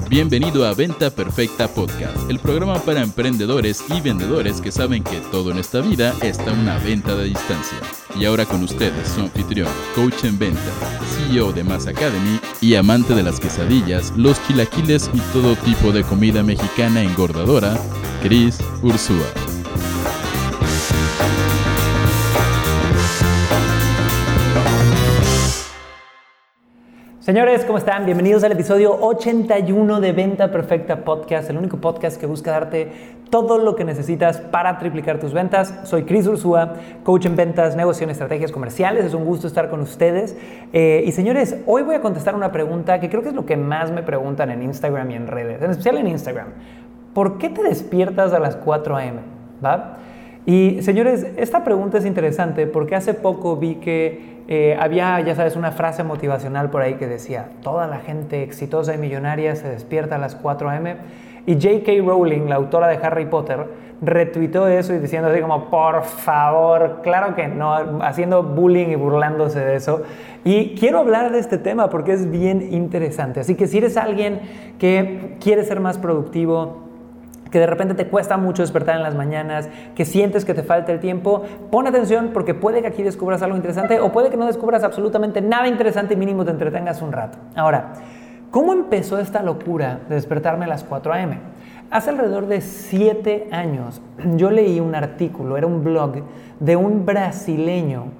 Bienvenido a Venta Perfecta Podcast, el programa para emprendedores y vendedores que saben que todo en esta vida está a una venta de distancia. Y ahora con ustedes, su anfitrión, coach en venta, CEO de Mass Academy y amante de las quesadillas, los chilaquiles y todo tipo de comida mexicana engordadora, Cris Ursúa. Señores, ¿cómo están? Bienvenidos al episodio 81 de Venta Perfecta Podcast, el único podcast que busca darte todo lo que necesitas para triplicar tus ventas. Soy Cris Ursúa, coach en ventas, negocio y estrategias comerciales. Es un gusto estar con ustedes. Y señores, hoy voy a contestar una pregunta que creo que es lo que más me preguntan en Instagram y en redes, en especial en Instagram. ¿Por qué te despiertas a las 4 a.m.? ¿Va? Y señores, esta pregunta es interesante porque hace poco vi que había, ya sabes, una frase motivacional por ahí que decía: toda la gente exitosa y millonaria se despierta a las 4 a.m. Y J.K. Rowling, la autora de Harry Potter, retuiteó eso y diciendo así como: por favor, claro que no, haciendo bullying y burlándose de eso. Y quiero hablar de este tema porque es bien interesante. Así que si eres alguien que quiere ser más productivo, que de repente te cuesta mucho despertar en las mañanas, que sientes que te falta el tiempo, pon atención porque puede que aquí descubras algo interesante o puede que no descubras absolutamente nada interesante y mínimo te entretengas un rato. Ahora, ¿cómo empezó esta locura de despertarme a las 4 a.m.? Hace alrededor de 7 años yo leí un artículo, era un blog de un brasileño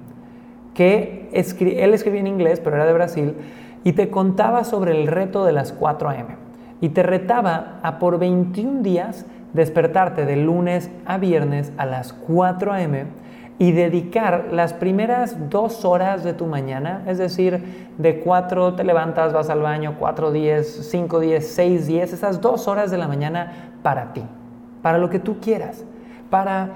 que él escribía en inglés, pero era de Brasil, y te contaba sobre el reto de las 4 a.m. Y te retaba a por 21 días despertarte de lunes a viernes a las 4 a.m. y dedicar las primeras 2 horas de tu mañana, es decir, de 4 te levantas, vas al baño, 4, 10, 5, 10, 6, 10, esas 2 horas de la mañana para ti, para lo que tú quieras, para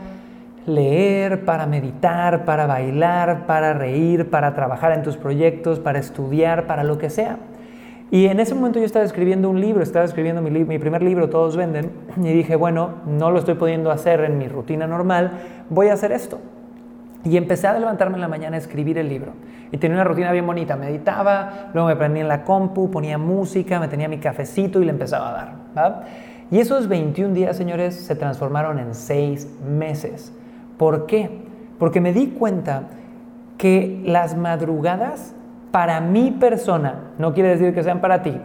leer, para meditar, para bailar, para reír, para trabajar en tus proyectos, para estudiar, para lo que sea. Y en ese momento yo estaba escribiendo un libro, estaba escribiendo mi primer libro, Todos Venden, y dije, bueno, no lo estoy pudiendo hacer en mi rutina normal, voy a hacer esto. Y empecé a levantarme en la mañana a escribir el libro. Y tenía una rutina bien bonita, meditaba, luego me prendía en la compu, ponía música, me tenía mi cafecito y le empezaba a dar, ¿va? Y esos 21 días, señores, se transformaron en 6 meses. ¿Por qué? Porque me di cuenta que las madrugadas, para mi persona, no quiere decir que sean para ti,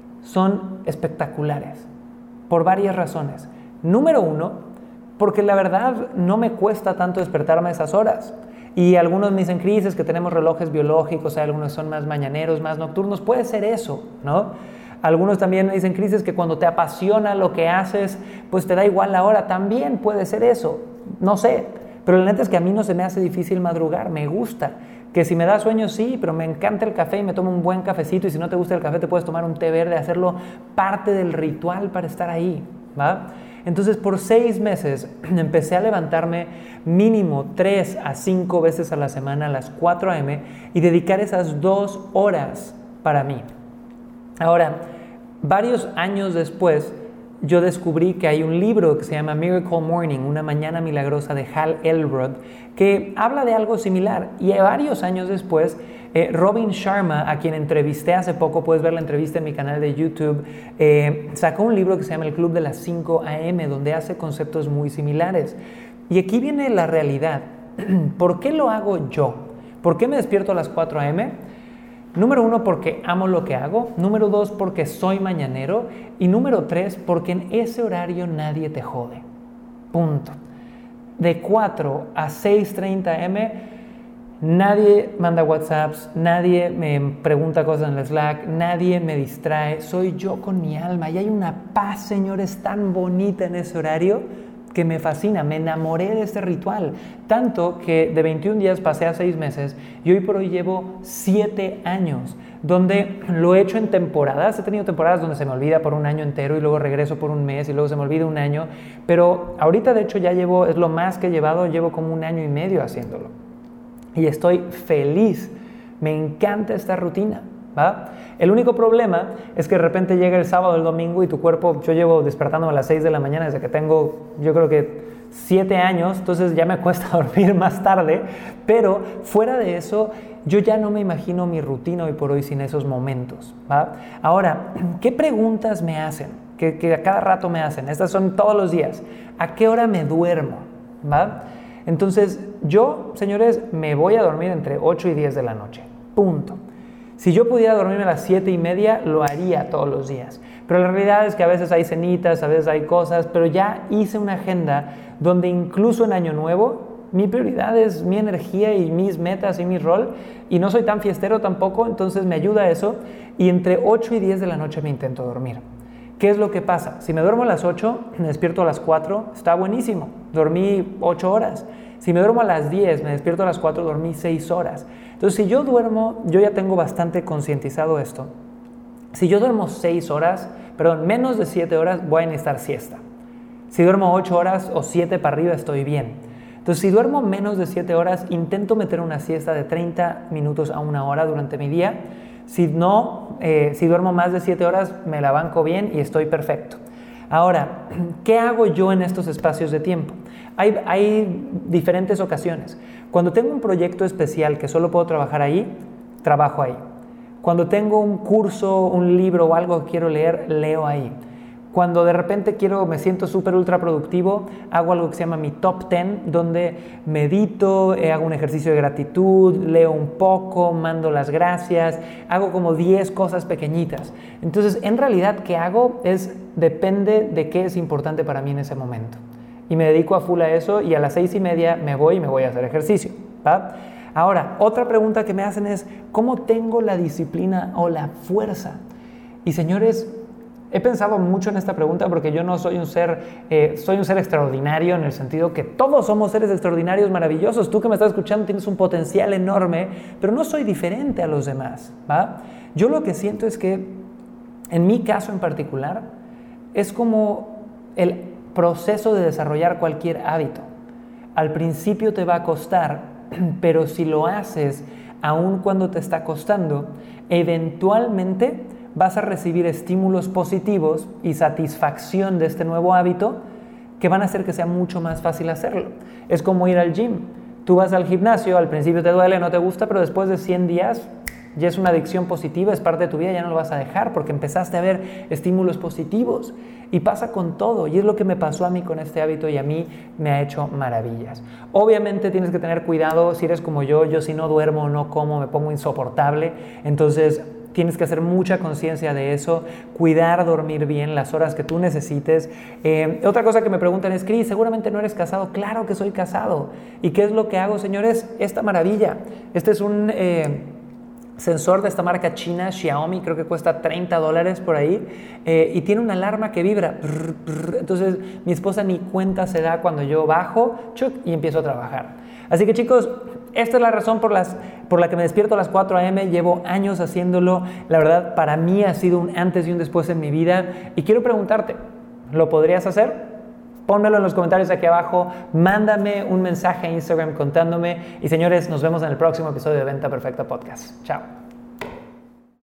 son espectaculares, por varias razones. Número 1, porque la verdad no me cuesta tanto despertarme a esas horas. Y algunos me dicen, Cris, es que tenemos relojes biológicos, hay algunos son más mañaneros, más nocturnos, puede ser eso, ¿no? Algunos también me dicen, Cris, es que cuando te apasiona lo que haces, pues te da igual la hora, también puede ser eso, no sé. Pero la neta es que a mí no se me hace difícil madrugar, me gusta. Que si me da sueño, sí, pero me encanta el café y me tomo un buen cafecito, y si no te gusta el café te puedes tomar un té verde, hacerlo parte del ritual para estar ahí, ¿va? Entonces por 6 meses empecé a levantarme mínimo 3 a 5 veces a la semana a las 4 a.m. y dedicar esas 2 horas para mí. Ahora, varios años después, yo descubrí que hay un libro que se llama Miracle Morning, una mañana milagrosa de Hal Elrod, que habla de algo similar. Y varios años después, Robin Sharma, a quien entrevisté hace poco, puedes ver la entrevista en mi canal de YouTube, sacó un libro que se llama El Club de las 5 a.m., donde hace conceptos muy similares. Y aquí viene la realidad. ¿Por qué lo hago yo? ¿Por qué me despierto a las 4 a.m.? Número 1, porque amo lo que hago. Número 2, porque soy mañanero. Y número 3, porque en ese horario nadie te jode. Punto. De 4 a 6:30 a.m., nadie manda WhatsApps, nadie me pregunta cosas en el Slack, nadie me distrae. Soy yo con mi alma. Y hay una paz, señores, tan bonita en ese horario que me fascina. Me enamoré de este ritual, tanto que de 21 días pasé a 6 meses y hoy por hoy llevo 7 años, donde lo he hecho en temporadas. He tenido temporadas donde se me olvida por un año entero y luego regreso por un mes y luego se me olvida un año, pero ahorita de hecho ya es lo más que he llevado, llevo como 1 año y medio haciéndolo y estoy feliz, me encanta esta rutina, ¿va? El único problema es que de repente llega el sábado, el domingo y tu cuerpo, yo llevo despertándome a las 6 de la mañana desde que tengo, yo creo que 7 años, entonces ya me cuesta dormir más tarde, pero fuera de eso, yo ya no me imagino mi rutina hoy por hoy sin esos momentos, ¿va? Ahora, ¿qué preguntas me hacen? Que a cada rato me hacen. Estas son todos los días. ¿A qué hora me duermo? ¿Va? Entonces, yo, señores, me voy a dormir entre 8 y 10 de la noche. Punto. Si yo pudiera dormirme a las 7:30, lo haría todos los días. Pero la realidad es que a veces hay cenitas, a veces hay cosas, pero ya hice una agenda donde incluso en Año Nuevo, mi prioridad es mi energía y mis metas y mi rol, y no soy tan fiestero tampoco, entonces me ayuda eso, y entre 8 y 10 de la noche me intento dormir. ¿Qué es lo que pasa? Si me duermo a las 8, me despierto a las 4, está buenísimo, dormí 8 horas. Si me duermo a las 10, me despierto a las 4, dormí 6 horas. Entonces, si yo duermo, yo ya tengo bastante concientizado esto. Si yo duermo 6 horas, menos de 7 horas, voy a necesitar siesta. Si duermo 8 horas o 7 para arriba, estoy bien. Entonces, si duermo menos de 7 horas, intento meter una siesta de 30 minutos a 1 hora durante mi día. Si no, si duermo más de 7 horas, me la banco bien y estoy perfecto. Ahora, ¿qué hago yo en estos espacios de tiempo? Hay diferentes ocasiones. Cuando tengo un proyecto especial que solo puedo trabajar ahí, trabajo ahí. Cuando tengo un curso, un libro o algo que quiero leer, leo ahí. Cuando de repente me siento súper ultra productivo, hago algo que se llama mi top 10, donde medito, hago un ejercicio de gratitud, leo un poco, mando las gracias, hago como 10 cosas pequeñitas. Entonces, en realidad, ¿qué hago? Depende de qué es importante para mí en ese momento. Y me dedico a full a eso, y a las 6:30 me voy a hacer ejercicio, ¿va? Ahora, otra pregunta que me hacen es, ¿cómo tengo la disciplina o la fuerza? Y señores, he pensado mucho en esta pregunta porque yo no soy un ser extraordinario en el sentido que todos somos seres extraordinarios, maravillosos. Tú que me estás escuchando tienes un potencial enorme, pero no soy diferente a los demás, ¿va? Yo lo que siento es que, en mi caso en particular, es como el proceso de desarrollar cualquier hábito. Al principio te va a costar, pero si lo haces aun cuando te está costando, eventualmente vas a recibir estímulos positivos y satisfacción de este nuevo hábito que van a hacer que sea mucho más fácil hacerlo. Es como ir al gym. Tú vas al gimnasio, al principio te duele, no te gusta, pero después de 100 días ya es una adicción positiva, es parte de tu vida, ya no lo vas a dejar porque empezaste a ver estímulos positivos. Y pasa con todo, y es lo que me pasó a mí con este hábito y a mí me ha hecho maravillas. Obviamente tienes que tener cuidado si eres como yo si no duermo, no como, me pongo insoportable, entonces tienes que hacer mucha conciencia de eso, cuidar, dormir bien las horas que tú necesites. Otra cosa que me preguntan es, Cris, seguramente no eres casado. Claro que soy casado. ¿Y qué es lo que hago, señores? Esta maravilla. Este es un sensor de esta marca china, Xiaomi, creo que cuesta $30 por ahí, y tiene una alarma que vibra. Entonces mi esposa ni cuenta se da cuando yo bajo y empiezo a trabajar. Así que, chicos, esta es la razón por la que me despierto a las 4 a.m. Llevo años haciéndolo. La verdad, para mí ha sido un antes y un después en mi vida. Y quiero preguntarte, ¿lo podrías hacer? Pónmelo en los comentarios aquí abajo. Mándame un mensaje a Instagram contándome. Y, señores, nos vemos en el próximo episodio de Venta Perfecta Podcast. Chao.